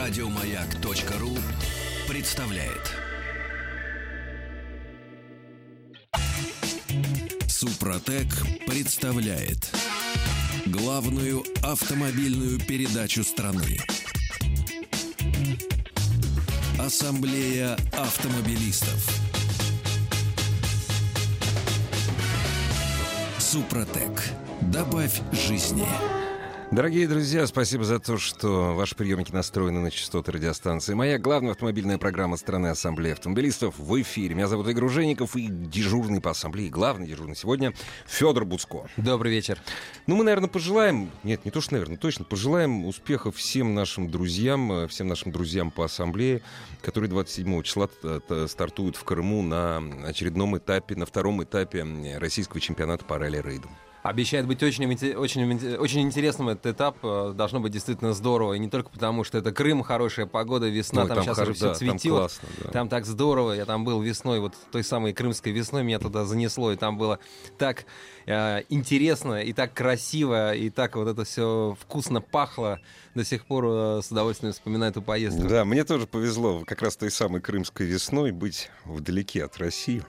Радиомаяк.ру представляет. Супротек представляет главную автомобильную передачу страны. Ассамблея автомобилистов. Супротек. Добавь жизни. Дорогие друзья, спасибо за то, что ваши приемники настроены на частоты радиостанции. Моя главная автомобильная программа страны Ассамблеи автомобилистов в эфире. Меня зовут Игорь Ужеников, и дежурный по Ассамблее, главный дежурный сегодня Федор Буцко. Добрый вечер. Ну, мы, наверное, пожелаем, нет, не то что, наверное, точно пожелаем успехов всем нашим друзьям по Ассамблее, которые 27 числа стартуют в Крыму на очередном этапе, на втором этапе российского чемпионата по ралли-рейду. Обещает быть очень интересным этот этап. Должно быть действительно здорово. И не только потому, что это Крым, хорошая погода, весна, там сейчас уже все цветет. Там классно, да. Там так здорово. Я там был весной, вот той самой крымской весной меня туда занесло. И там было так интересно, и так красиво, и так вот это все вкусно пахло. До сих пор с удовольствием вспоминаю эту поездку. Да, мне тоже повезло как раз той самой крымской весной быть вдалеке от России.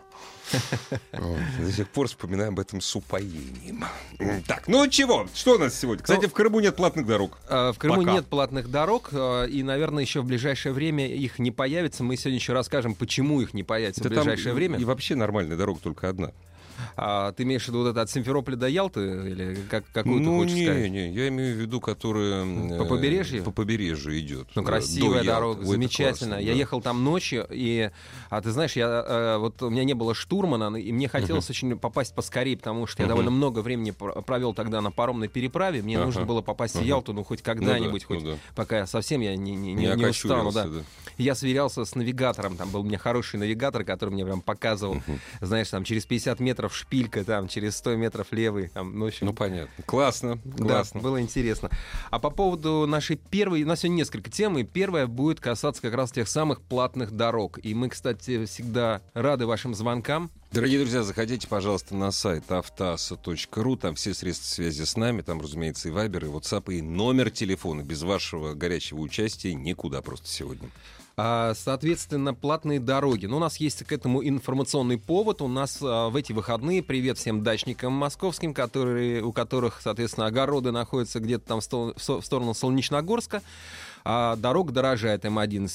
До сих пор вспоминаю об этом с упоением. Так, ну чего? Что у нас сегодня? Кстати, в Крыму нет платных дорог. В Крыму нет платных дорог, и, наверное, еще в ближайшее время их не появится. Мы сегодня еще расскажем, почему их не появится в ближайшее время. И вообще нормальная дорога только одна. Ты имеешь в виду вот это от Симферополя до Ялты? Или какую ты хочешь сказать? Я имею в виду, которая по побережью? По побережью идет. Ну, красивая дорога, замечательно. Я ехал там ночью, и ты знаешь, вот у меня не было штурмана, и мне хотелось очень попасть поскорее, потому что я довольно много времени провел тогда на паромной переправе. Мне нужно было попасть в Ялту, ну, хоть когда-нибудь, пока я совсем не устану. Да. Я сверялся с навигатором, там был у меня хороший навигатор, который мне прям показывал, знаешь, там через 50 метров шпилька, там через 100 метров левый. Там, ну, в общем, понятно. Классно. Да, было интересно. А по поводу нашей первой, у нас сегодня несколько тем, и первая будет касаться как раз тех самых платных дорог. И мы, кстати, всегда рады вашим звонкам. Дорогие друзья, заходите, пожалуйста, на сайт автоаса.ру, там все средства связи с нами, там, разумеется, и Вайбер, и WhatsApp, и номер телефона. Без вашего горячего участия никуда просто сегодня. Соответственно, платные дороги. Ну, у нас есть к этому информационный повод. У нас в эти выходные, привет всем дачникам московским, у которых, соответственно, огороды находятся где-то там в сторону Солнечногорска. Дорога дорожает,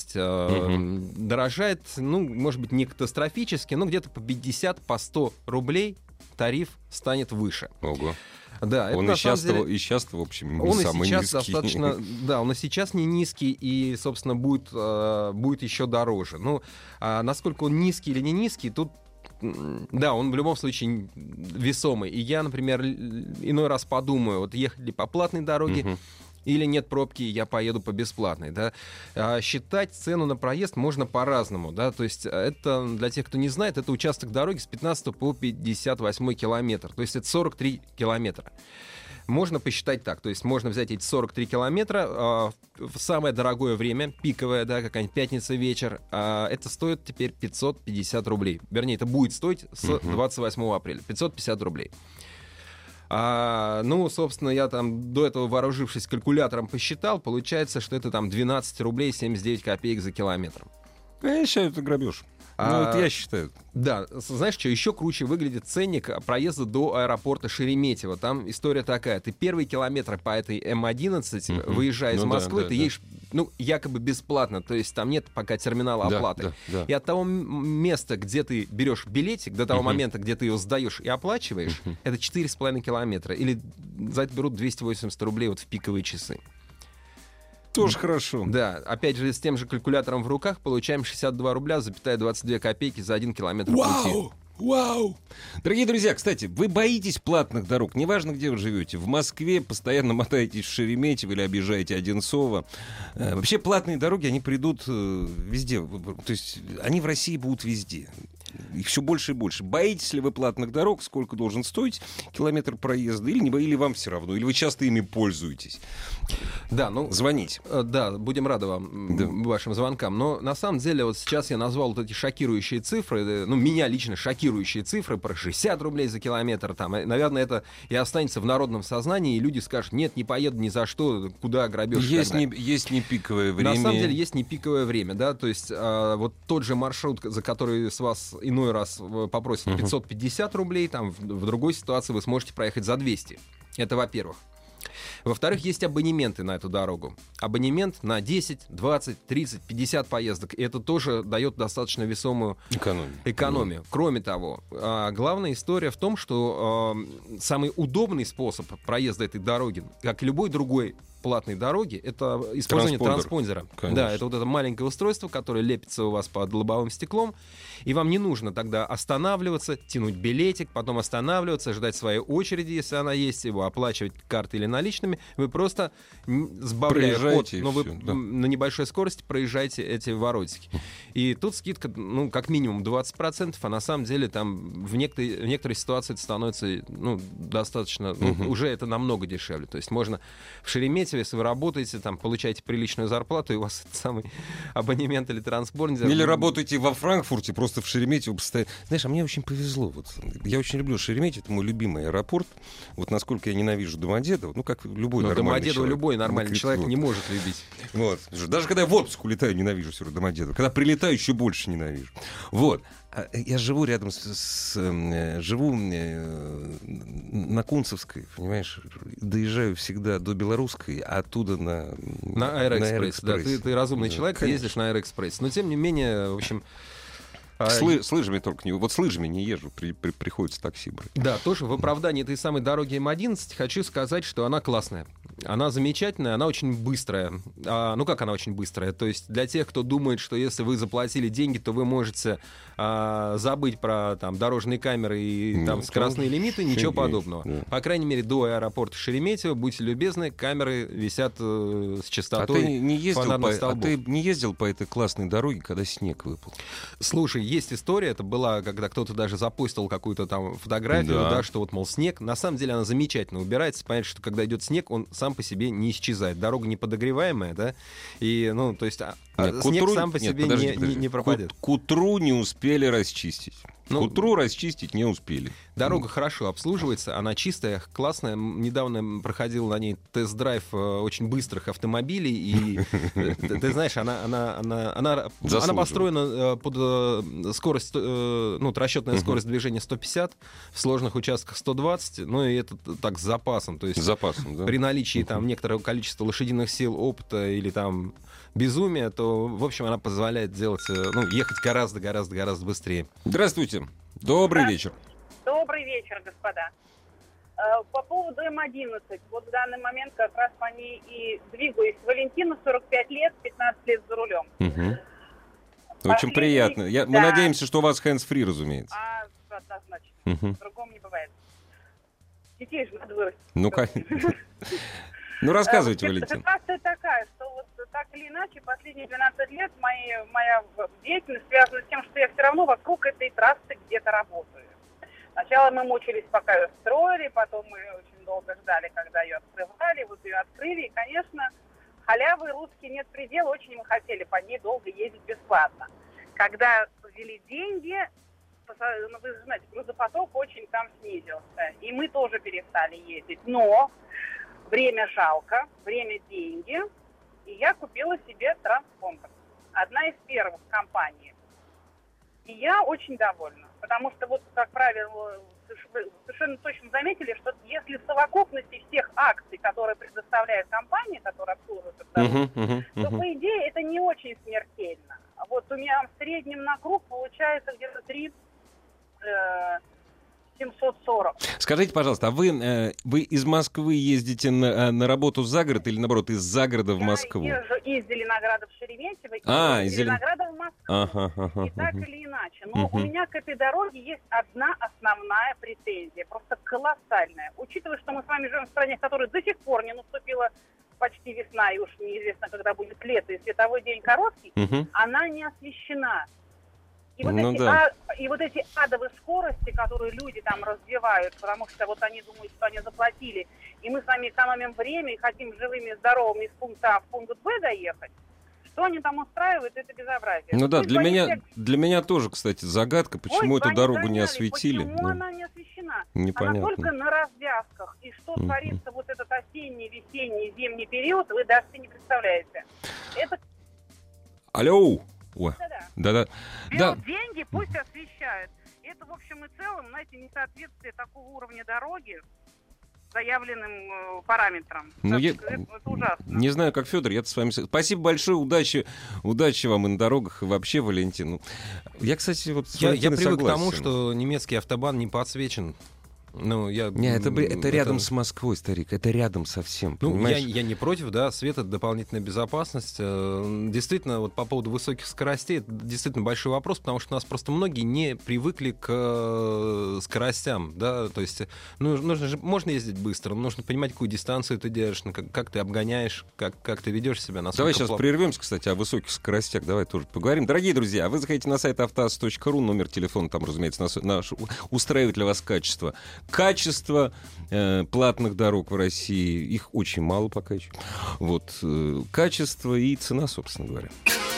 М11 дорожает, ну, может быть, не катастрофически, но где-то по 50, по 100 рублей тариф станет выше. Ого. Да, он и сейчас, в общем, не самый низкий. Достаточно, да, он и сейчас не низкий, и, собственно, будет еще дороже. Ну, насколько он низкий или не низкий, тут, да, он в любом случае весомый. И я, например, иной раз подумаю, вот ехать ли по платной дороге, или нет пробки, я поеду по бесплатной, да. Считать цену на проезд можно по-разному, да, то есть это, для тех, кто не знает, это участок дороги с 15 по 58 километр, то есть это 43 километра. Можно посчитать так, то есть можно взять эти 43 километра в самое дорогое время, пиковое, да, какая-нибудь пятница вечер, это стоит теперь 550 рублей. Вернее, это будет стоить с 28 апреля, 550 рублей. Ну, собственно, я там до этого, вооружившись калькулятором, посчитал, получается, что это там 12 рублей 79 копеек за километр. Я считаю, это грабеж. Вот я считаю. Да, знаешь, что еще круче выглядит ценник проезда до аэропорта Шереметьево. Там история такая. Ты первые километры по этой М11, выезжая из Москвы, ты едешь, ну, якобы бесплатно. То есть там нет пока терминала оплаты. И от того места, где ты берешь билетик, до того момента, где ты его сдаешь и оплачиваешь, это 4,5 километра. Или за это берут 280 рублей вот в пиковые часы. Тоже хорошо. Да, опять же, с тем же калькулятором в руках получаем 62 рубля, 22 копейки за 1 километр пути. Вау! Дорогие друзья, кстати, вы боитесь платных дорог, неважно, где вы живете. В Москве постоянно мотаетесь в Шереметьево или объезжаете Одинцово. Вообще платные дороги, они придут везде. То есть они в России будут везде. Их все больше и больше. Боитесь ли вы платных дорог? Сколько должен стоить километр проезда? Или вам все равно? Или вы часто ими пользуетесь? Да, Звоните. Да, будем рады вам, вашим звонкам. Но на самом деле вот сейчас я назвал вот эти шокирующие цифры, меня лично шокирующие цифры про 60 рублей за километр. Там, наверное, это и останется в народном сознании, и люди скажут, нет, не поеду ни за что, куда грабеж. Есть не пиковое время. На самом деле есть не пиковое время, да, то есть вот тот же маршрут, за который с вас иной раз попросят 550 рублей, там в другой ситуации вы сможете проехать за 200. Это во-первых. Во-вторых, есть абонементы на эту дорогу. Абонемент на 10, 20, 30, 50 поездок. И это тоже дает достаточно весомую экономию. Кроме того, главная история в том, что самый удобный способ проезда этой дороги, как и любой другой платной дороги, это использование транспондера. Да, это вот это маленькое устройство, которое лепится у вас под лобовым стеклом, и вам не нужно тогда останавливаться, тянуть билетик, потом останавливаться, ждать своей очереди, если она есть, его оплачивать картой или наличными. Вы просто, сбавляя ход, но вы на небольшой скорости проезжаете эти воротики. И тут скидка, как минимум 20%, а на самом деле там в некоторой ситуации это становится достаточно, уже это намного дешевле. То есть можно в Шереметьево, если вы работаете, там, получаете приличную зарплату, и у вас этот самый абонемент или транспондер. Или работаете во Франкфурте, просто в Шереметьево постоянно. Знаешь, а мне очень повезло. Я очень люблю Шереметьево, это мой любимый аэропорт. Вот насколько я ненавижу Домодедово, как любой нормальный Домодедово человек. Любой нормальный человек не может любить. Вот. Даже когда я в отпуск улетаю, ненавижу все равно Домодедово. Когда прилетаю, еще больше ненавижу. Вот. Я живу рядом живу на Кунцевской, понимаешь, доезжаю всегда до Белорусской, а оттуда на Аэроэкспресс. Да, ты разумный человек, конечно. Ездишь на Аэроэкспресс. Но тем не менее, в общем... С лыжами только не... Вот с лыжами не езжу, приходится такси брать. Да, тоже в оправдании этой самой дороги М11 хочу сказать, что она классная. Она замечательная, она очень быстрая. Как она очень быстрая? То есть для тех, кто думает, что если вы заплатили деньги, то вы можете забыть про дорожные камеры и скоростные лимиты, ничего подобного. Да. По крайней мере, до аэропорта Шереметьево, будьте любезны, камеры висят с частотой фонарных столбов. А ты не ездил по этой классной дороге, когда снег выпал? Слушай, есть история, это была, когда кто-то даже запустил какую-то там фотографию, что вот, мол, снег. На самом деле она замечательно убирается. Понятно, что когда идет снег, он сам по себе не исчезает. Дорога не подогреваемая, да, и, то есть снег сам по себе не пропадет. К утру не успели расчистить. К утру расчистить не успели. Дорога хорошо обслуживается, она чистая, классная. Недавно проходил на ней тест-драйв очень быстрых автомобилей, и ты знаешь, она построена под скорость, расчетная скорость движения 150, в сложных участках 120, и это так с запасом. То есть при наличии некоторого количества лошадиных сил, опыта или безумия, то, в общем, она позволяет ехать гораздо быстрее. Здравствуйте. Добрый вечер. Добрый вечер, господа. По поводу М11. Вот в данный момент как раз по ней и двигаюсь. Валентина, 45 лет, 15 лет за рулем. Угу. Очень приятно. Мы надеемся, что у вас hands-free, разумеется. Однозначно. По-другому не бывает. Детей же надо вырастить. Конечно. Рассказывайте, Валентина. Ситуация такая, что вот так или иначе последние 12 лет моя деятельность связана с тем, что я все равно вокруг этой трассы где-то работаю. Сначала мы мучились, пока ее строили, потом мы очень долго ждали, когда ее открывали, вот ее открыли. И, конечно, халявы русские нет предела, очень мы хотели по ней долго ездить бесплатно. Когда ввели деньги, вы знаете, грузопоток очень там снизился, и мы тоже перестали ездить. Но время жалко, время деньги, и я купила себе транспондер. Одна из первых компаний. И я очень довольна, потому что, вот, как правило, вы совершенно точно заметили, что если в совокупности всех акций, которые предоставляет компания, которая обслуживает эту дорогу, то, по идее, это не очень смертельно. Вот у меня в среднем на круг получается где-то 740. Скажите, пожалуйста, а вы из Москвы ездите на работу за город или, наоборот, из загорода в Москву? Я езжу из Зеленограда в Шереметьево, из Зеленограда в Москву. И так или иначе. Но у меня к этой дороге есть одна основная претензия, просто колоссальная. Учитывая, что мы с вами живем в стране, в которой до сих пор не наступила почти весна, и уж неизвестно, когда будет лето, и световой день короткий, она не освещена. И вот, Ну эти, да. и вот эти адовые скорости, которые люди там развивают, потому что вот они думают, что они заплатили, и мы с вами экономим время и хотим живыми, здоровыми из пункта А в пункт Б доехать, что они там устраивают, это безобразие. Ну да, Пусть для они меня тоже, кстати, загадка, почему Ой, эту они дорогу не гоняли, осветили. Почему Ну, она не освещена? непонятно. Она только на развязках. И что Мгм. творится вот этот осенний, весенний, зимний период, вы даже не представляете. Это Алло! Ой, да. да-да. Берут Да. деньги, пусть освещают. Это, в общем и целом, знаете, несоответствие такого уровня дороги заявленным параметрам. Ну, Это ужасно. Не знаю, как Федор, я-то с вами... Спасибо большое, удачи вам и на дорогах, и вообще, Валентин. Ну, я, кстати, вот с Я Валентиной привык к тому, согласен. что немецкий автобан не подсвечен. Ну, Не, это рядом с Москвой, старик, это рядом совсем, Ну, понимаешь? я не против, да, свет — это дополнительная безопасность. Действительно, вот по поводу высоких скоростей, это действительно большой вопрос, потому что у нас просто многие не привыкли к скоростям, да, то есть можно ездить быстро, но нужно понимать, какую дистанцию ты держишь, как ты обгоняешь, как ты ведешь себя. Давай сейчас прервемся, кстати, о высоких скоростях, давай тоже поговорим. Дорогие друзья, вы заходите на сайт автоаз.ру, номер телефона там, разумеется, устраивает ли вас качество. Качество платных дорог в России, их очень мало пока еще. Вот, качество и цена, собственно говоря.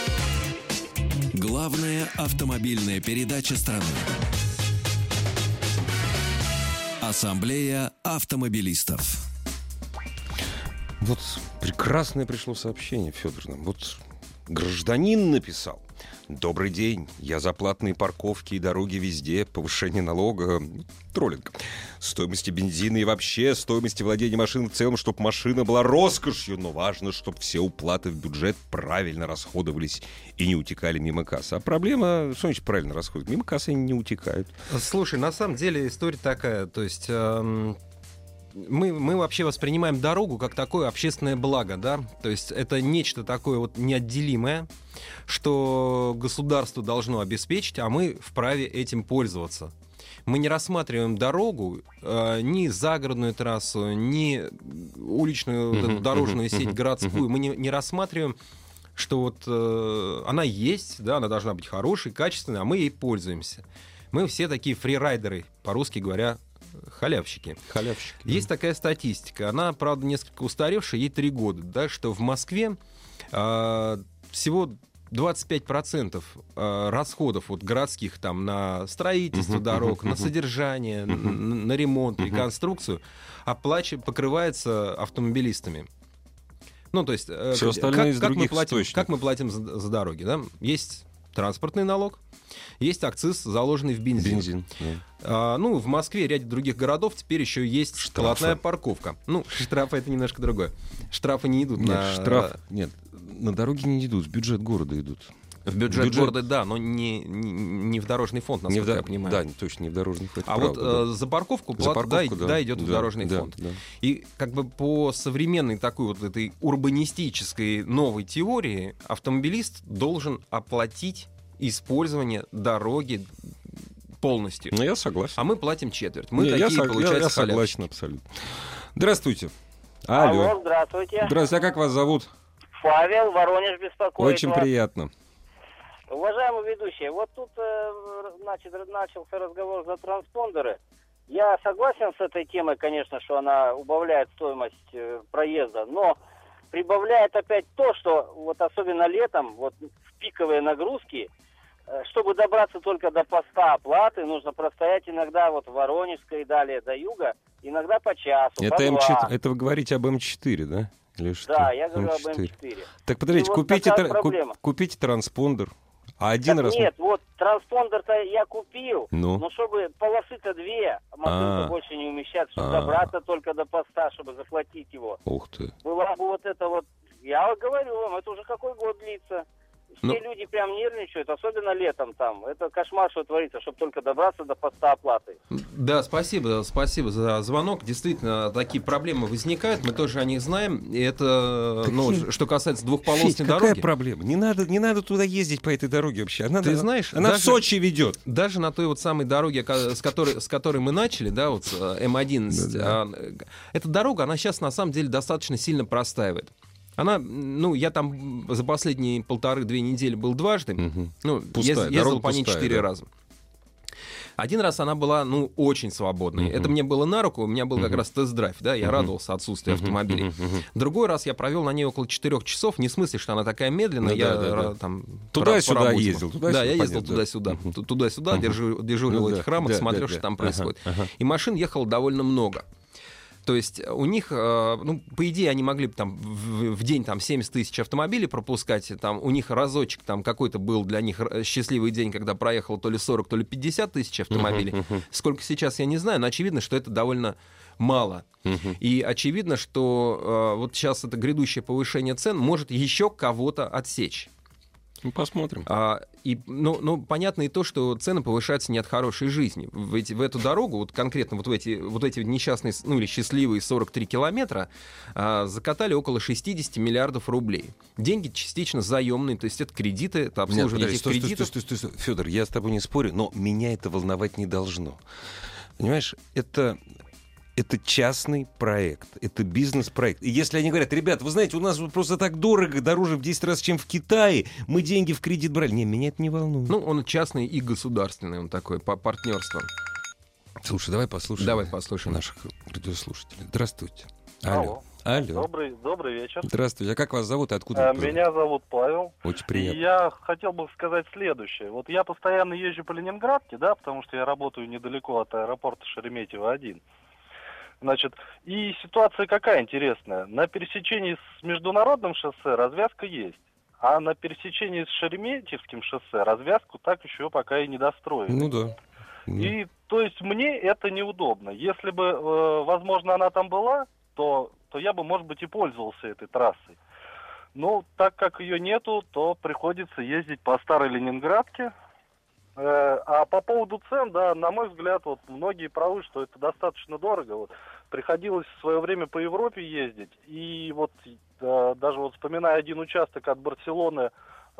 Главная автомобильная передача страны. Ассамблея автомобилистов. Вот прекрасное пришло сообщение, Федор нам. Вот гражданин написал. Добрый день. Я за платные парковки и дороги везде, повышение налога, троллинг. Стоимости бензина и вообще стоимости владения машиной в целом, чтобы машина была роскошью, но важно, чтобы все уплаты в бюджет правильно расходовались и не утекали мимо кассы. А проблема, что значит правильно расходовать? Мимо кассы они не утекают. Слушай, на самом деле история такая, то есть... Мы вообще воспринимаем дорогу как такое общественное благо, да, то есть это нечто такое вот неотделимое, что государство должно обеспечить, а мы вправе этим пользоваться. Мы не рассматриваем дорогу, ни загородную трассу, ни уличную вот эту дорожную сеть городскую, мы не рассматриваем, что вот она есть, да, она должна быть хорошей, качественной, а мы ей пользуемся. Мы все такие фрирайдеры, по-русски говоря, халявщики. Есть такая статистика, она, правда, несколько устаревшая, ей 3 года, да, что в Москве всего 25% расходов вот, городских там, на строительство дорог, на содержание, на ремонт, реконструкцию покрывается автомобилистами. Ну, то есть, Все остальное из других источников. как мы платим за дороги? Да? Есть транспортный налог, есть акциз, заложенный в бензин. Да. Ну, в Москве и ряде других городов теперь еще есть Штрафы. платная парковка. Ну, штрафы — это немножко другое. Штрафы не идут Нет, на дороге не идут, в бюджет города идут. в бюджет города, да, но не в дорожный фонд, насколько я понимаю. Да, точно, не в дорожный фонд. А вот за парковку плата, да, идет в дорожный фонд. Да. И как бы по современной такой вот этой урбанистической новой теории автомобилист должен оплатить использование дороги полностью. Ну, я согласен. А мы платим четверть. Мы Не, такие, я получается, согласен халявщики. абсолютно. Здравствуйте. Алло, здравствуйте. Здравствуйте, а как вас зовут? Павел, Воронеж беспокоит Очень вас. приятно. Уважаемый ведущий, вот тут начался разговор за транспондеры. Я согласен с этой темой, конечно, что она убавляет стоимость проезда, но прибавляет опять то, что вот особенно летом, вот в пиковые нагрузки, чтобы добраться только до поста оплаты, нужно простоять иногда вот в Воронежской и далее до юга, иногда по часу, по Это два. Это вы говорите об М4, да? Или что? Да, я говорю об М4. Так подождите, И вот такая проблема. купите транспондер. А один Так раз... нет, вот транспондер-то я купил, Ну? но чтобы полосы-то две, машинка больше не умещается, чтобы добраться только до поста, чтобы заплатить его. Ух ты. Была бы вот это вот, я говорю вам, это уже какой год длится. Все люди прям нервничают, особенно летом там. Это кошмар, что творится, чтобы только добраться до поста оплаты. Да, спасибо за звонок. Действительно, такие проблемы возникают, мы тоже о них знаем. И это, что касается двухполосной дороги. Какая проблема? Не надо туда ездить по этой дороге вообще. Ты знаешь, она в Сочи ведет. Даже на той вот самой дороге, с которой мы начали, да, вот М11, эта дорога, она сейчас на самом деле достаточно сильно простаивает. Она, ну, я там за последние 1,5-2 недели был дважды. Ну, Пустая, ездил дорога по ней пустая, 4 да. раза. Один раз она была, ну, очень свободной. Это мне было на руку, у меня был как раз тест-драйв, да, я радовался отсутствию автомобилей. Другой раз я провел на ней около 4 часов, не в смысле, что она такая медленная, Ну, я да. там... Туда-сюда по работе. ездил, Да, я ездил понятно, туда-сюда. Туда-сюда, дежурил Ну, в да, этих рамок, да, смотрел, да, что да. там происходит. Ага. И машин ехало довольно много. То есть у них, ну, по идее, они могли бы там в день там 70 тысяч автомобилей пропускать. Там, у них разочек там какой-то был для них счастливый день, когда проехало то ли 40, то ли 50 тысяч автомобилей. Сколько сейчас, я не знаю, но очевидно, что это довольно мало. И очевидно, что вот сейчас это грядущее повышение цен может еще кого-то отсечь. Ну, посмотрим. Ну, понятно и то, что цены повышаются не от хорошей жизни. В эту дорогу, вот конкретно вот эти несчастные, ну или счастливые 43 километра, закатали около 60 миллиардов рублей. Деньги частично заемные, то есть это кредиты, это обслуживание этих кредитов. Стой. Федор, я с тобой не спорю, но меня это волновать не должно. Понимаешь, это частный проект, это бизнес-проект. И если они говорят, ребят, вы знаете, у нас просто так дорого, дороже в 10 раз, чем в Китае, мы деньги в кредит брали. Не, меня это не волнует. Ну, он частный и государственный, он такой, по партнерству. Слушай, давай послушаем. Давай послушаем Наших радиослушателей. Здравствуйте. Алло. Алло. Добрый вечер. Здравствуйте. А как вас зовут и откуда? вы? Меня зовут Павел. Очень И приятно. я хотел бы сказать следующее. Вот я постоянно езжу по Ленинградке, да, потому что я работаю недалеко от аэропорта Шереметьево-1. Значит, и ситуация какая интересная. На пересечении с международным шоссе развязка есть. А на пересечении с Шереметьевским шоссе развязку так еще пока и не достроили. Ну да. И, то есть, мне это неудобно. Если бы, возможно, она там была, то я бы, может быть, и пользовался этой трассой. Но так как ее нету, то приходится ездить по старой Ленинградке. А по поводу цен, да, на мой взгляд, вот многие правы, что это достаточно дорого. Вот, приходилось в свое время по Европе ездить. И вот даже вот вспоминая один участок от Барселоны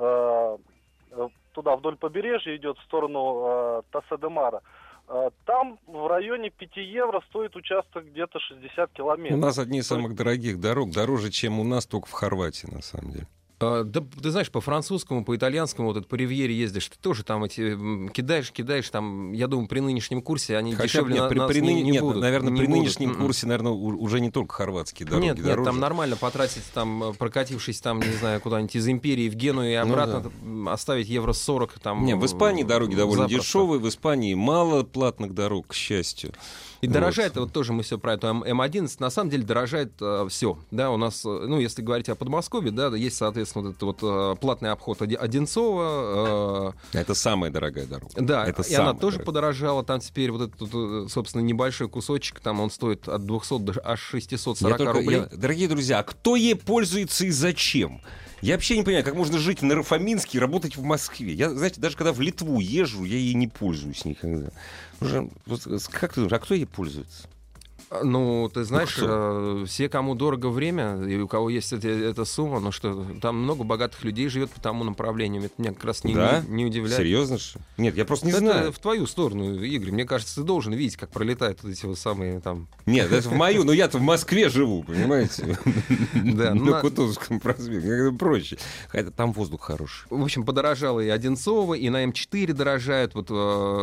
туда вдоль побережья идет в сторону Тосе-де-Мара. Там в районе 5 евро стоит участок где-то 60 километров. У нас одни из самых дорогих дорог, дороже, чем у нас, только в Хорватии, на самом деле. Да, ты знаешь, по французскому, по итальянскому, вот это по Ривьере ездишь, ты тоже там эти кидаешь, там, я думаю, при нынешнем курсе они дешевле нет, не будут. Наверное, не при будут. нынешнем курсе, наверное, уже не только хорватские дороги Нет, дороже. там нормально потратить, там, прокатившись, там, не знаю, куда-нибудь из Империи в Геную и обратно, оставить евро 40. Там, Не, в Испании дороги довольно запросто. дешевые, в Испании мало платных дорог, к счастью. И дорожает, вот тоже мы все про эту М11, на самом деле дорожает все. Да, у нас, ну, если говорить о Подмосковье, да, есть, соответственно, вот этот вот платный обход Одинцова. Это самая дорогая дорога. Да, это и она тоже подорожала. Там теперь вот этот, собственно, небольшой кусочек, там он стоит от 200 до аж 640 рублей. Дорогие друзья, а кто ей пользуется и зачем? Я вообще не понимаю, как можно жить на Рафаминске и работать в Москве. Я, знаете, даже когда в Литву езжу, я ей не пользуюсь никогда. Вот, как ты думаешь, а кто ей пользуется? Ну, ты знаешь, все, кому дорого время, и у кого есть эта сумма, ну что, там много богатых людей живет по тому направлению. Это меня как раз не удивляет. Серьезно? Нет, я просто не это знаю. В твою сторону, Игорь. Мне кажется, ты должен видеть, как пролетают вот эти вот самые там... Нет, это в мою, но я-то в Москве живу, понимаете? Да, на Кутузовском проспекте, как-то проще. Хотя там воздух хороший. В общем, подорожало и Одинцово, и на М4 дорожают, вот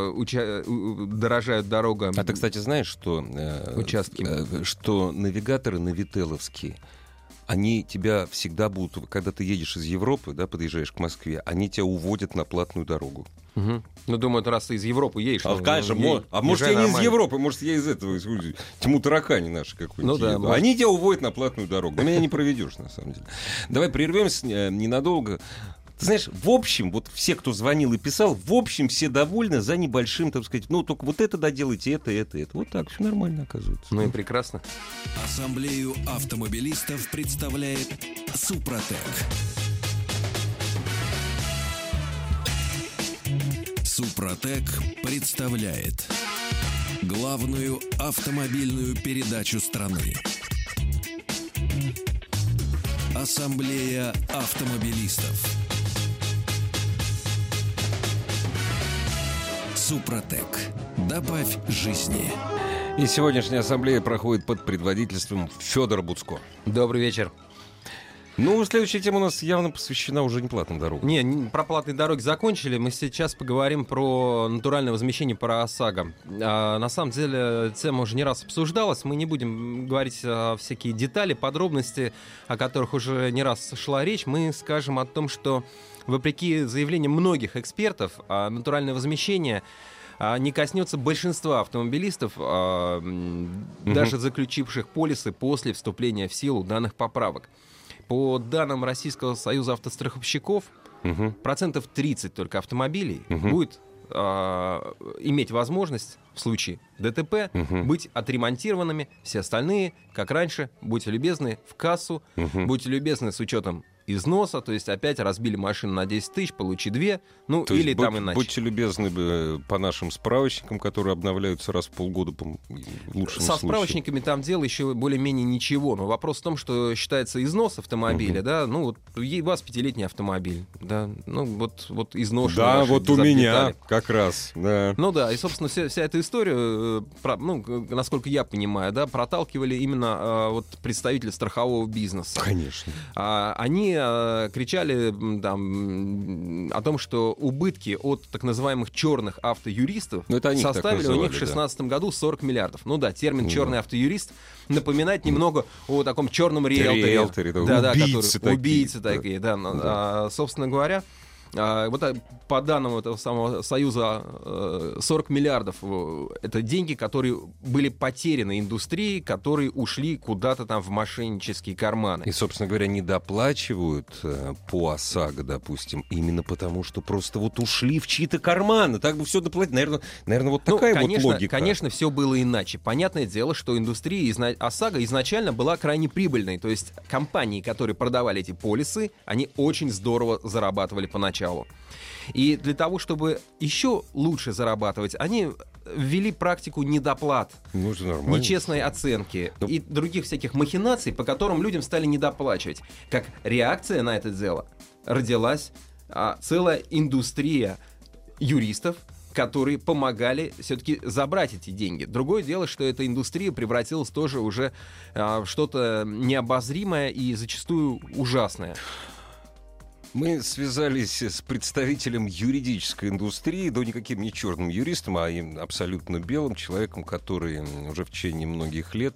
дорожает дорога. А ты, кстати, знаешь, что... что навигаторы навителовские, они тебя всегда будут, когда ты едешь из Европы, да, подъезжаешь к Москве, они тебя уводят на платную дорогу. Угу. Ну, думаю, раз ты из Европы едешь... Конечно, может, я не из Европы, может, я из этого, тьму таракани наши какой-нибудь. Ну, да, они тебя уводят на платную дорогу. Но меня не проведешь, на самом деле. Давай прервемся ненадолго. Ты знаешь, в общем, вот все, кто звонил и писал, в общем, все довольны за небольшим, так сказать, ну, только вот это доделайте, это. Вот так, все нормально, оказывается. Ну и прекрасно. Ассамблею автомобилистов представляет Супротек. Супротек представляет главную автомобильную передачу страны. Ассамблея автомобилистов. Супротек. Добавь жизни. И сегодняшняя ассамблея проходит под предводительством Федора Буцко. Добрый вечер. Ну, следующая тема у нас явно посвящена уже неплатным дорогам. Про платные дороги закончили. Мы сейчас поговорим про натуральное возмещение, про ОСАГО. На самом деле, тема уже не раз обсуждалась. Мы не будем говорить всякие детали, подробности, о которых уже не раз шла речь. Мы скажем о том, что, вопреки заявлениям многих экспертов, натуральное возмещение не коснется большинства автомобилистов, даже заключивших полисы после вступления в силу данных поправок. По данным Российского союза автостраховщиков, процентов 30 только автомобилей будет иметь возможность в случае ДТП быть отремонтированными. Все остальные, как раньше, будьте любезны, в кассу, будьте любезны с учетом износа, то есть опять разбили машину на 10 тысяч, получи 2, ну То или есть, там иначе. Будьте любезны по нашим справочникам, которые обновляются раз в полгода, в лучшем Со случае. справочниками там дело еще более-менее ничего, но вопрос в том, что считается износ автомобиля, да, ну вот у вас 5-летний автомобиль, да, ну вот изношенный. Да, ваши вот у меня детали. как раз, да. Ну да, и, собственно, вся эта история, насколько я понимаю, да, проталкивали именно вот представители страхового бизнеса. Конечно. Они кричали там о том, что убытки от так называемых черных автоюристов составили у них в 2016 году 40 миллиардов. Ну да, термин «черный автоюрист» напоминает немного о таком черном риэлторе. Убийцы такие, да. Собственно говоря, вот по данным этого самого Союза 40 миллиардов это деньги, которые были потеряны индустрией, которые ушли куда-то там в мошеннические карманы. И, собственно говоря, не доплачивают по ОСАГО, допустим, именно потому, что просто вот ушли в чьи-то карманы. Так бы все доплатить. Наверное, вот такая вот логика. Конечно, все было иначе. Понятное дело, что индустрия ОСАГО изначально была крайне прибыльной. То есть компании, которые продавали эти полисы, они очень здорово зарабатывали поначалу. И для того, чтобы еще лучше зарабатывать, они ввели практику недоплат, нечестной оценки и других всяких махинаций, по которым людям стали недоплачивать. Как реакция на это дело родилась целая индустрия юристов, которые помогали все-таки забрать эти деньги. Другое дело, что эта индустрия превратилась тоже уже в что-то необозримое и зачастую ужасное. Мы связались с представителем юридической индустрии, да никаким не черным юристом, а абсолютно белым человеком, который уже в течение многих лет,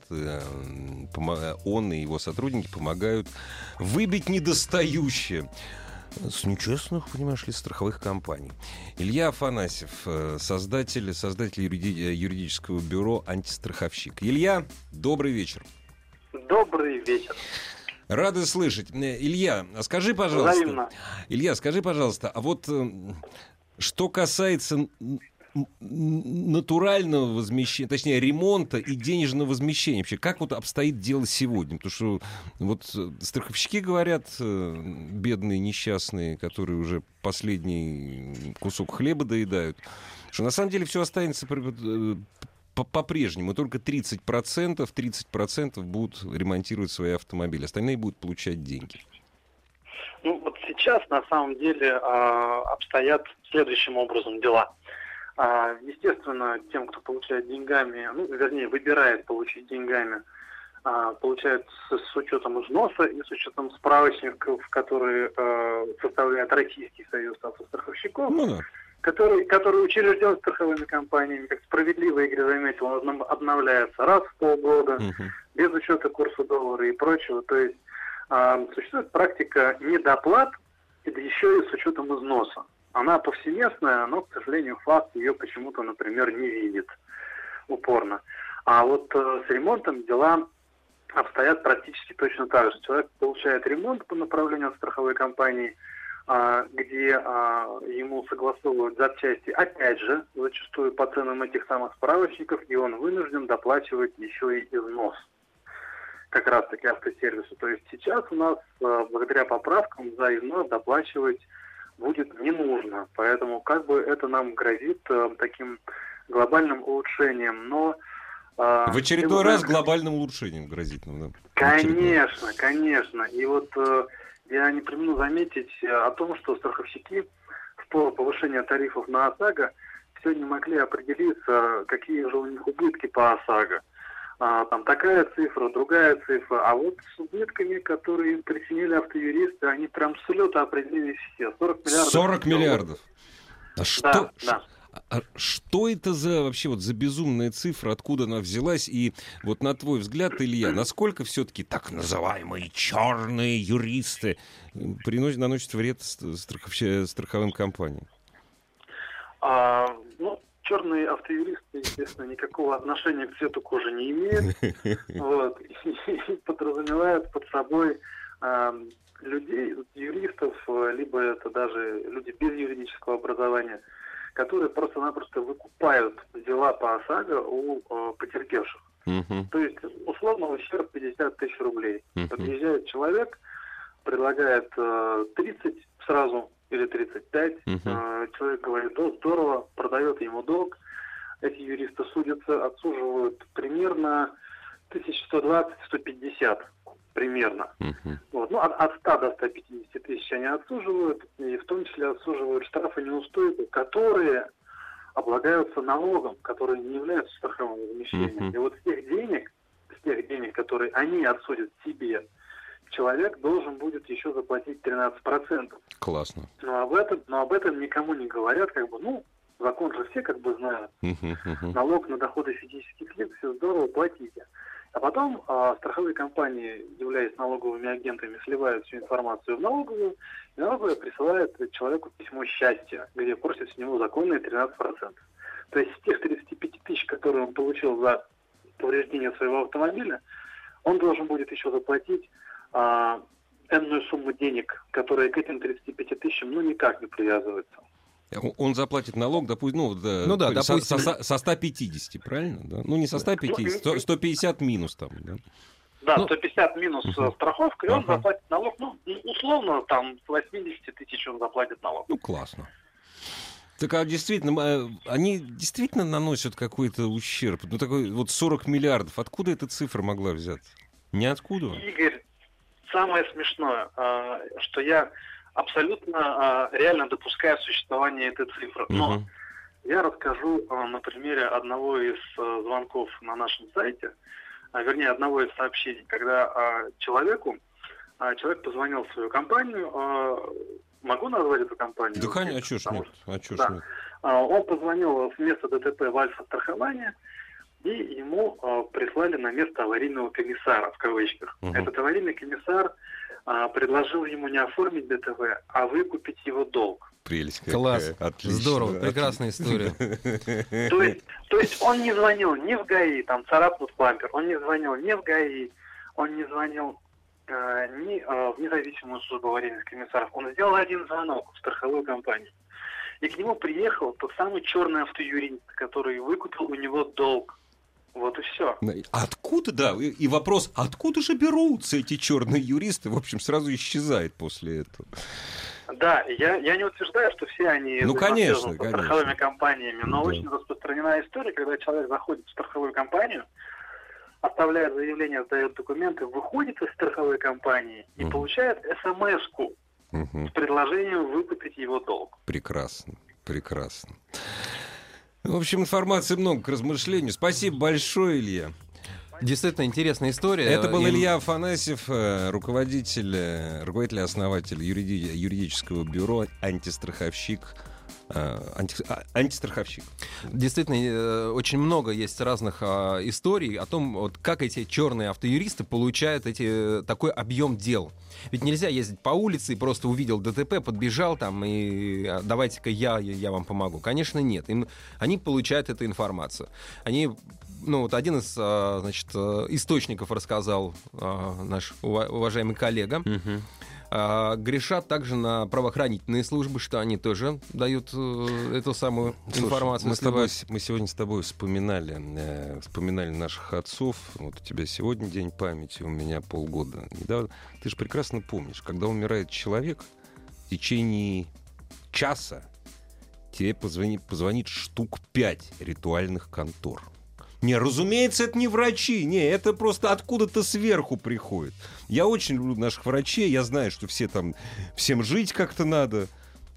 он и его сотрудники помогают выбить недостающее с нечестных, понимаешь ли, страховых компаний. Илья Афанасьев, создатель юридического бюро «Антистраховщик». Илья, добрый вечер. Добрый вечер. Рады слышать. Илья, скажи, пожалуйста. Взаимно. Илья, скажи, пожалуйста, а вот что касается натурального возмещения, точнее, ремонта и денежного возмещения, вообще, как вот обстоит дело сегодня? Потому что вот страховщики говорят, бедные, несчастные, которые уже последний кусок хлеба доедают, что на самом деле все останется по-прежнему, только 30% будут ремонтировать свои автомобили, остальные будут получать деньги. Ну, вот сейчас, на самом деле, обстоят следующим образом дела. Естественно, тем, кто получает деньгами, выбирает получить деньгами, получают с учетом износа и с учетом справочников, которые составляет Российский союз автостраховщиков. Который учрежден страховыми компаниями, как справедливо Игорь заметил, он обновляется раз в полгода, без учета курса доллара и прочего. То есть существует практика недоплат, да еще и с учетом износа. Она повсеместная, но, к сожалению, ФАС ее почему-то, например, не видит упорно. А вот с ремонтом дела обстоят практически точно так же. Человек получает ремонт по направлению от страховой компании, где ему согласовывают запчасти, опять же, зачастую по ценам этих самых справочников, и он вынужден доплачивать еще и износ, как раз-таки автосервису. То есть сейчас у нас, благодаря поправкам, за износ доплачивать будет не нужно. Поэтому как бы это нам грозит таким глобальным улучшением. Но в очередной раз глобальным улучшением грозит нам, да? Конечно. И вот я не премину заметить о том, что страховщики в пору повышения тарифов на ОСАГО все не могли определиться, какие же у них убытки по ОСАГО. там такая цифра, другая цифра. А вот с убытками, которые им причинили автоюристы, они прям с лета определились все. 40 миллиардов. 40 миллиардов. А что, да. Что это за вообще вот за безумная цифра, откуда она взялась? И вот на твой взгляд, Илья, насколько все-таки так называемые черные юристы наносят вред страховым компаниям? Черные автоюристы, естественно, никакого отношения к цвету кожи не имеют. Вот, и подразумевают под собой людей, юристов, либо это даже люди без юридического образования, которые просто-напросто выкупают дела по ОСАГО у потерпевших. То есть, условно, ущерб 50 тысяч рублей. Подъезжает человек, предлагает 30 сразу или 35. Человек говорит, да, здорово, продает ему долг. Эти юристы судятся, отсуживают примерно 1120-150 примерно. Вот. Ну, от 100 до 150 тысяч они отсуживают, и в том числе отсуживают штрафы неустойки, которые облагаются налогом, которые не являются страховым возмещением. И вот с тех денег, которые они отсудят себе, человек должен будет еще заплатить 13%. Классно. Но об этом никому не говорят, закон же все знают. Налог на доходы физических лиц, все здорово, платите. А потом страховые компании, являясь налоговыми агентами, сливают всю информацию в налоговую, и налоговая присылает человеку письмо счастья, где просит с него законные 13%. То есть с тех 35 тысяч, которые он получил за повреждение своего автомобиля, он должен будет еще заплатить энную сумму денег, которая к этим 35 тысячам никак не привязывается. Он заплатит налог, допустим, допустим, со 150, правильно? Да? Ну, не со 150, 150 минус там, да? Да, 150 минус страховка, и он заплатит налог, условно, там, с 80 тысяч он заплатит налог. Ну, классно. Так, а действительно, они действительно наносят какой-то ущерб? Ну, такой вот 40 миллиардов. Откуда эта цифра могла взяться? Ниоткуда? Игорь, самое смешное, что я абсолютно реально допускаю существование этой цифры. Но я расскажу на примере одного из звонков на нашем сайте, вернее, одного из сообщений, когда человек позвонил в свою компанию. Могу назвать эту компанию? Да, конечно, а чё ж нет? Нет? Он позвонил в место ДТП в Альфа-страхование, и ему прислали на место аварийного комиссара, в кавычках. Этот аварийный комиссар предложил ему не оформить ДТП, а выкупить его долг. Прелесть какая. Класс. Отлично. Здорово, прекрасная история. То есть он не звонил ни в ГАИ, там царапнут бампер, он не звонил ни в ГАИ, он не звонил ни в независимую службу аварийных комиссаров. Он сделал один звонок в страховую компанию. И к нему приехал тот самый черный автоюрист, который выкупил у него долг. Вот и все. Откуда, да, и вопрос, откуда же берутся эти черные юристы, в общем, сразу исчезает после этого. Да, я не утверждаю, что все они конечно, страховыми компаниями, но очень распространена история, когда человек заходит в страховую компанию, оставляет заявление, сдает документы, выходит из страховой компании и получает смс-ку с предложением выкупить его долг. Прекрасно. В общем, информации много к размышлению. Спасибо большое, Илья. Действительно интересная история. Это был Илья Афанасьев, руководитель и основатель юридического бюро «Антистраховщик». Антистраховщик. Действительно, очень много есть разных историй о том, вот, как эти черные автоюристы получают такой объем дел. Ведь нельзя ездить по улице и просто увидел ДТП, подбежал там и давайте-ка я вам помогу. Конечно, нет. Они получают эту информацию. Один из источников рассказал наш уважаемый коллега. Грешат также на правоохранительные службы, что они тоже дают эту самую информацию. Мы сегодня с тобой вспоминали наших отцов. Вот у тебя сегодня день памяти, у меня полгода недавно. Ты же прекрасно помнишь, когда умирает человек, в течение часа тебе позвонит штук 5 ритуальных контор. Не, разумеется, это не врачи, это просто откуда-то сверху приходит. Я очень люблю наших врачей, я знаю, что всем жить как-то надо.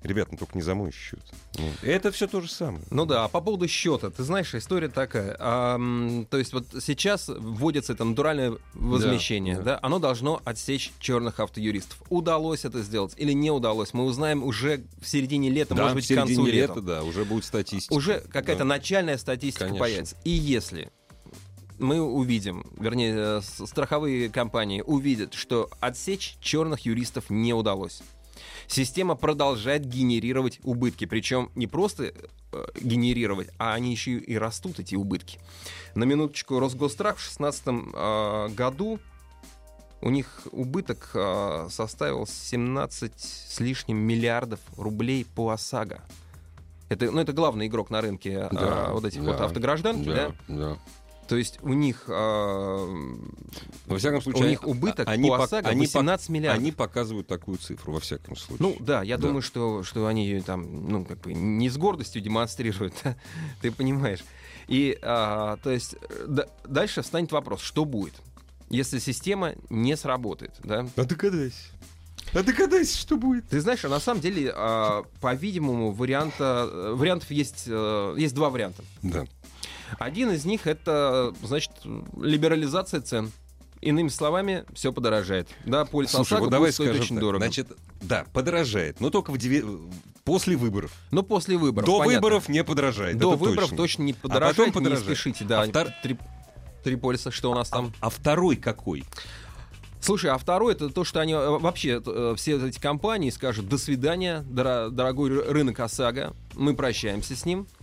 Ребят, ну только не за мой счет. Ну, это все то же самое. Ну да, а по поводу счета, ты знаешь, история такая. То есть вот сейчас вводится это натуральное возмещение, да, оно должно отсечь черных автоюристов. Удалось это сделать или не удалось, мы узнаем уже в середине лета, Да, может быть, в середине к концу лета. да, уже будет статистика. Уже какая-то Да. начальная статистика Конечно. появится. И если мы увидим, вернее, страховые компании увидят, что отсечь черных юристов не удалось, система продолжает генерировать убытки. Причем не просто генерировать, а они еще и растут, эти убытки. На минуточку, Росгосстрах в 2016 году у них убыток составил 17 с лишним миллиардов рублей по ОСАГО. Это главный игрок на рынке вот этих вот автогражданки, да? Да. То есть у них, Во всяком случае, у них убыток они по пок- ОСАГО они 18 миллиардов. Они показывают такую цифру, во всяком случае. Ну да, я Да. думаю, что они ее там, ну, как бы не с гордостью демонстрируют, ты понимаешь. И, то есть, дальше встанет вопрос, что будет, если система не сработает, да? А догадайся, что будет. Ты знаешь, на самом деле, по-видимому, вариантов есть два варианта. Да. Один из них — это, значит, либерализация цен. Иными словами, все подорожает. Да, полис Слушай, ОСАГО вот давай будет стоить скажем очень так. дорого. Значит, да, подорожает, но только после выборов. Но после выборов, До понятно. выборов не подорожает. До это выборов точно. точно не потом подорожает, не подорожает. спешите. Да, три полиса, что у нас там? А второй какой? Слушай, а второй — это то, что они вообще, все эти компании скажут: до свидания, дорогой рынок ОСАГО, мы прощаемся с ним.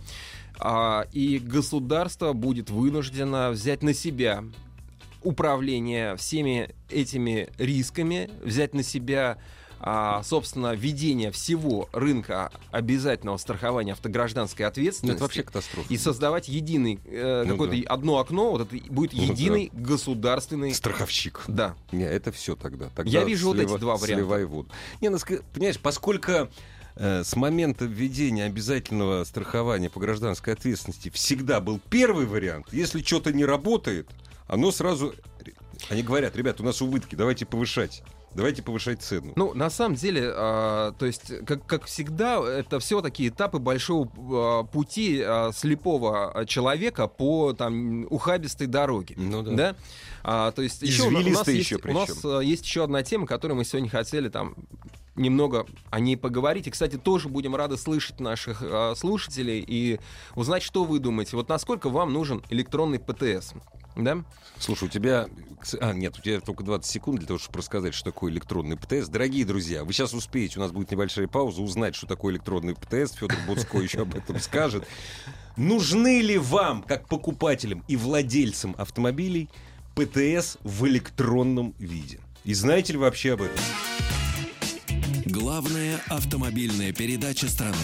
И государство будет вынуждено взять на себя управление всеми этими рисками, взять на себя, собственно, ведение всего рынка обязательного страхования автогражданской Ну, ответственности. это вообще катастрофа. И создавать единый, какое-то одно окно, вот это будет единый государственный... Страховщик. Да. Не, это все тогда. Я вижу вот эти два варианта. Сливай воду. Не, ну, понимаешь, поскольку с момента введения обязательного страхования по гражданской ответственности всегда был первый вариант, если что-то не работает, оно сразу... Они говорят: ребят, у нас убытки, давайте повышать цену. Ну, на самом деле, то есть, как всегда, это все такие этапы большого пути слепого человека по там ухабистой дороге. Ну да. Да? То есть Извилистой еще у нас есть еще одна тема, которую мы сегодня хотели там немного о ней поговорить. И, кстати, тоже будем рады слышать наших слушателей и узнать, что вы думаете. Вот насколько вам нужен электронный ПТС? Да? Слушай, у тебя... нет, у тебя только 20 секунд для того, чтобы рассказать, что такое электронный ПТС. Дорогие друзья, вы сейчас успеете, у нас будет небольшая пауза, узнать, что такое электронный ПТС. Федор Буцко еще об этом скажет. Нужны ли вам, как покупателям и владельцам автомобилей, ПТС в электронном виде? И знаете ли вы вообще об этом? Главная автомобильная передача страны.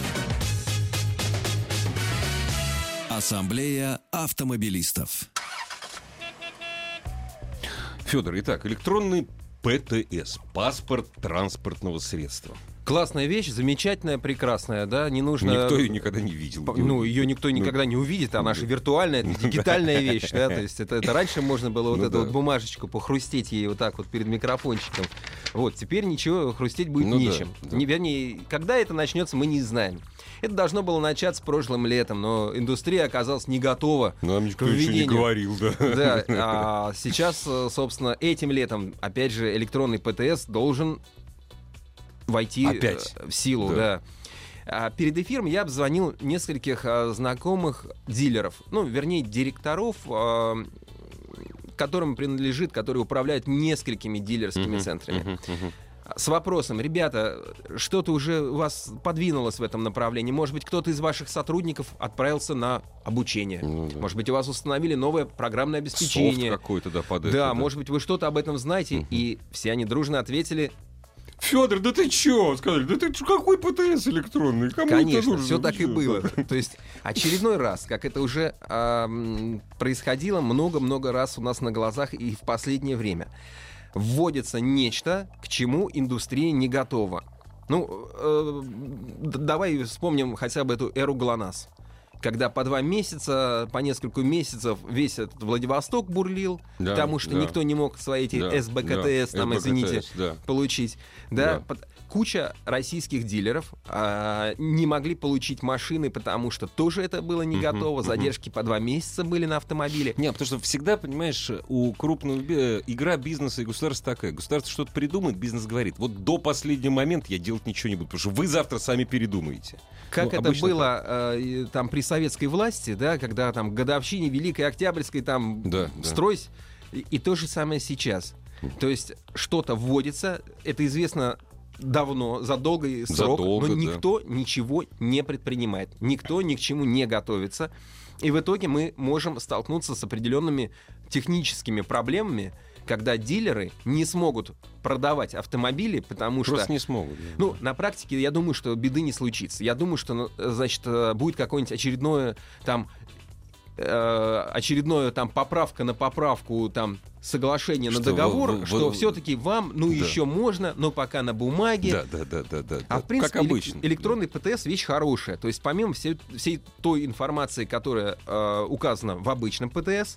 Ассамблея автомобилистов. Федор, итак, электронный ПТС, паспорт транспортного средства. Классная вещь, замечательная, прекрасная, да, не нужно... Никто ее никогда не видел. Ну, ее никто никогда не увидит, она же виртуальная, это дигитальная вещь, да, то есть это раньше можно было вот эту вот бумажечку похрустеть ей вот так вот перед микрофончиком. Вот, теперь ничего, хрустеть будет нечем. Вернее, когда это начнется, мы не знаем. Это должно было начаться прошлым летом, но индустрия оказалась не готова Нам никто ничего не говорил, да. Да, а сейчас, собственно, этим летом, опять же, электронный ПТС должен войти в силу, да. Перед эфиром я обзвонил нескольких знакомых дилеров, ну, вернее, директоров, которым принадлежит, которые управляют несколькими дилерскими центрами. С вопросом: ребята, что-то уже у вас подвинулось в этом направлении? Может быть, кто-то из ваших сотрудников отправился на обучение? Может быть, у вас установили новое программное обеспечение? Софт какой-то, да, под это. Да, может быть, вы что-то об этом знаете? И все они дружно ответили: Федор, да ты чё? Сказали: да ты какой ПТС электронный? Кому конечно, это нужно? все так и было. То есть очередной раз, как это уже происходило много-много раз у нас на глазах и в последнее время, вводится нечто, к чему индустрия не готова. Ну, давай вспомним хотя бы эту эру ГЛОНАСС. когда по 2 месяца, по несколько месяцев весь этот Владивосток бурлил, Да, потому что да. никто не мог свои эти Да, СБКТС, да, там, извините, СБКТС, да. получить. Да? Куча российских дилеров не могли получить машины, потому что тоже это было не готово. Задержки по 2 месяца были на автомобиле. Не, потому что всегда, понимаешь, у крупного игра бизнеса и государства такая. Государство что-то придумает, бизнес говорит: вот до последнего момента я делать ничего не буду, потому что вы завтра сами передумаете. Как это обычно было там при советской власти, да, когда там к годовщине Великой Октябрьской там Да, да. стройсь, и то же самое сейчас. То есть что-то вводится, это известно давно, за долгий срок, Задолго, но да. никто ничего не предпринимает, никто ни к чему не готовится. И в итоге мы можем столкнуться с определенными техническими проблемами, когда дилеры не смогут продавать автомобили, потому Просто что... не смогут. Да. Ну, на практике, я думаю, что беды не случится. Я думаю, что, значит, будет какое-нибудь очередное там поправка на поправку, там соглашение на Что договор, что все-таки вам, ну, Да. еще можно, но пока на бумаге. Да. А в принципе как обычно. электронный ПТС вещь хорошая. То есть помимо всей той информации, которая указана в обычном ПТС,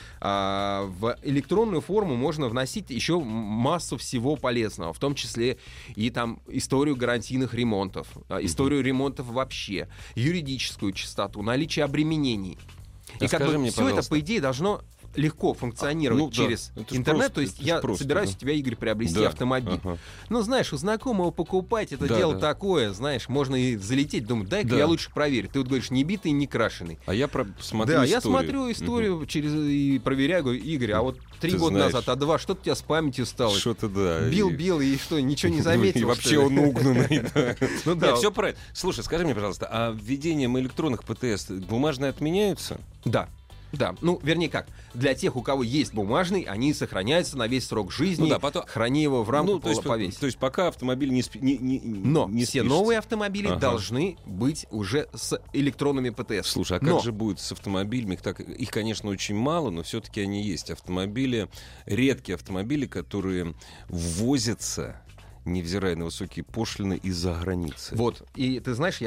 в электронную форму можно вносить еще массу всего полезного, в том числе и там историю гарантийных ремонтов, историю ремонтов вообще, юридическую чистоту, наличие обременений. И как скажи бы мне, все это, пожалуйста. по идее, должно легко функционировать Ну да, через это ж интернет. просто, То есть это ж я просто, собираюсь да. у тебя, Игорь, приобрести Да, автомобиль. ага. Ну, знаешь, у знакомого покупать это Да, дело да. такое, знаешь, можно и залететь, думать, дай-ка Да. я лучше проверю. Ты вот говоришь, не битый, не крашеный. А я смотрю Да, историю. я смотрю историю и проверяю, говорю, Игорь, а вот 3 Ты года знаешь, назад, 2, что-то у тебя с памятью стало? Что-то да. Бил, и что, ничего не заметил? И что вообще ли? он угнанный. Да. Ну да. Нет, все правильно. Слушай, скажи мне, пожалуйста, а введением электронных ПТС бумажные отменяются? Да. Да, ну, вернее как, для тех, у кого есть бумажный, они сохраняются на весь срок жизни, Ну да, потом- храни его в рамку, Ну, то есть, повесь. то есть пока автомобиль не Но не все спишется. новые автомобили Ага. должны быть уже с электронными ПТС. Слушай, а Но как же будет с автомобилями? Их, конечно, очень мало, но все-таки они есть. Автомобили, редкие автомобили, которые ввозятся, невзирая на высокие пошлины, из-за границы. Вот, и ты знаешь,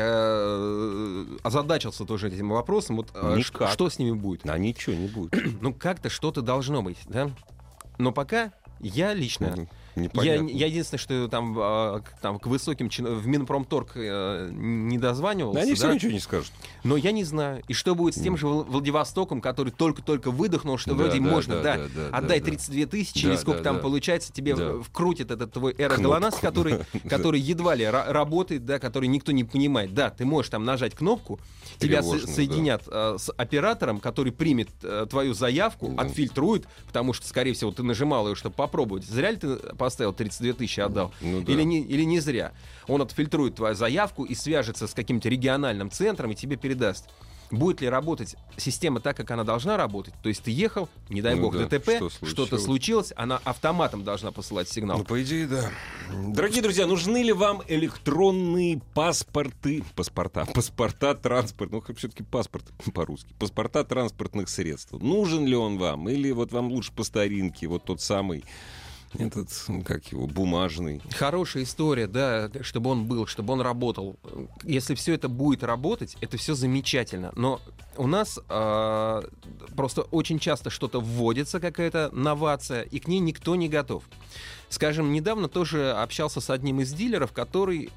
я озадачился тоже этим вопросом. Вот, Никак. что с ними будет? А ничего не будет. Ну, как-то что-то должно быть, да? Но пока я лично... Я Непонятно. единственное, что там к высоким в Минпромторг не дозванивался. Да они все да? ничего не скажут. Но я не знаю. И что будет с тем же Владивостоком, который только-только выдохнул, что Да, вроде да, можно, да, да, да, отдай да. 32 тысячи, Да, или сколько да, там да. получается, тебе Да. вкрутит этот твой аэроголонас, который едва ли работает, да, который никто не понимает. Да, ты можешь там нажать кнопку, тебя Тревожно, соединят с оператором, который примет твою заявку, Да. отфильтрует, потому что, скорее всего, ты нажимал ее, чтобы попробовать. Зря ли ты поставил 32 тысячи отдал? Ну да. Или не зря. Он отфильтрует твою заявку и свяжется с каким-то региональным центром и тебе передаст. Будет ли работать система так, как она должна работать? То есть ты ехал, не дай Ну бог, да, ДТП, что что-то случилось, она автоматом должна посылать сигнал. Ну, по идее, да. Дорогие друзья, нужны ли вам электронные паспорта транспорт, ну, все-таки паспорт по-русски, паспорта транспортных средств? Нужен ли он вам? Или вот вам лучше по старинке, вот тот самый, этот, как его, бумажный? Хорошая история, да, чтобы он был, чтобы он работал. Если все это будет работать, это все замечательно. Но у нас просто очень часто что-то вводится, какая-то новация, и к ней никто не готов. Скажем, недавно тоже общался с одним из дилеров, который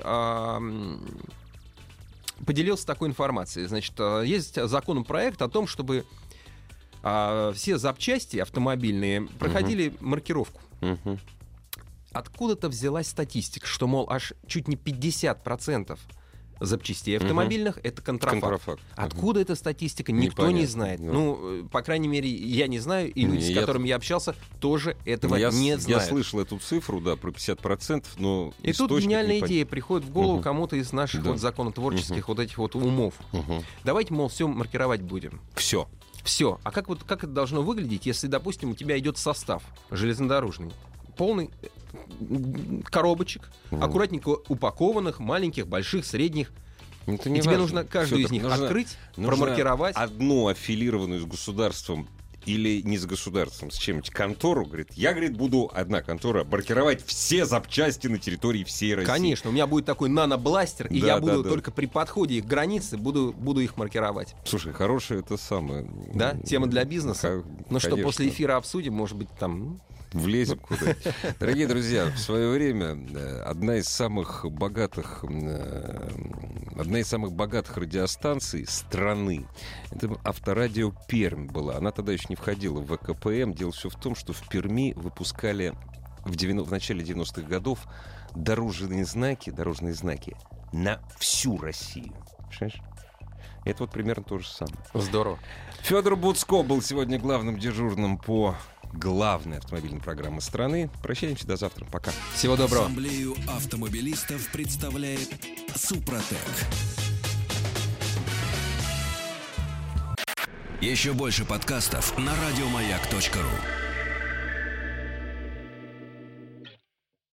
поделился такой информацией. Значит, есть законопроект о том, чтобы все запчасти автомобильные проходили маркировку. Мгм. Откуда-то взялась статистика, что, мол, аж чуть не 50% запчастей автомобильных — это контрафакт. Контрафакт. Откуда эта статистика, никто не Непонятно. знает. Ну. Ну, по крайней мере, я не знаю, и люди, с Я- которыми я общался, тоже этого Я не знают. слышал эту цифру, да, про 50%, но И тут источник гениальная непонятен. идея приходит в голову Мгм. кому-то из наших Да. вот законотворческих вот этих вот умов. Мгм. Давайте, мол, все маркировать будем. Все. Все. А как это должно выглядеть, если, допустим, у тебя идет состав железнодорожный, полный коробочек, Мгм. аккуратненько упакованных, маленьких, больших, средних. Это и не тебе важно. нужно каждую Всё из них нужно- открыть, нужно промаркировать. одну аффилированную с государством или не с государством, с чем-нибудь контору, говорит, я, говорит, буду одна контора маркировать все запчасти на территории всей России. Конечно, у меня будет такой нанобластер, и Да, я да, буду да. только при подходе их к границе буду их маркировать. Слушай, хорошее это самое. Да? Тема для бизнеса. Ну что, Конечно. после эфира обсудим, может быть, там... Влезем куда. Дорогие друзья, в свое время одна из самых богатых радиостанций страны, это Авторадио Пермь была. Она тогда еще не входила в ВКПМ. Дело все в том, что в Перми выпускали в начале 90-х годов дорожные знаки на всю Россию. Понимаешь? Это вот примерно то же самое. Здорово. Федор Буцко был сегодня главным дежурным по главной автомобильной программе страны. Прощаемся до завтра. Пока. Всего доброго. Ассамблею автомобилистов представляет Супротек. Еще больше подкастов на радиомаяк.ру.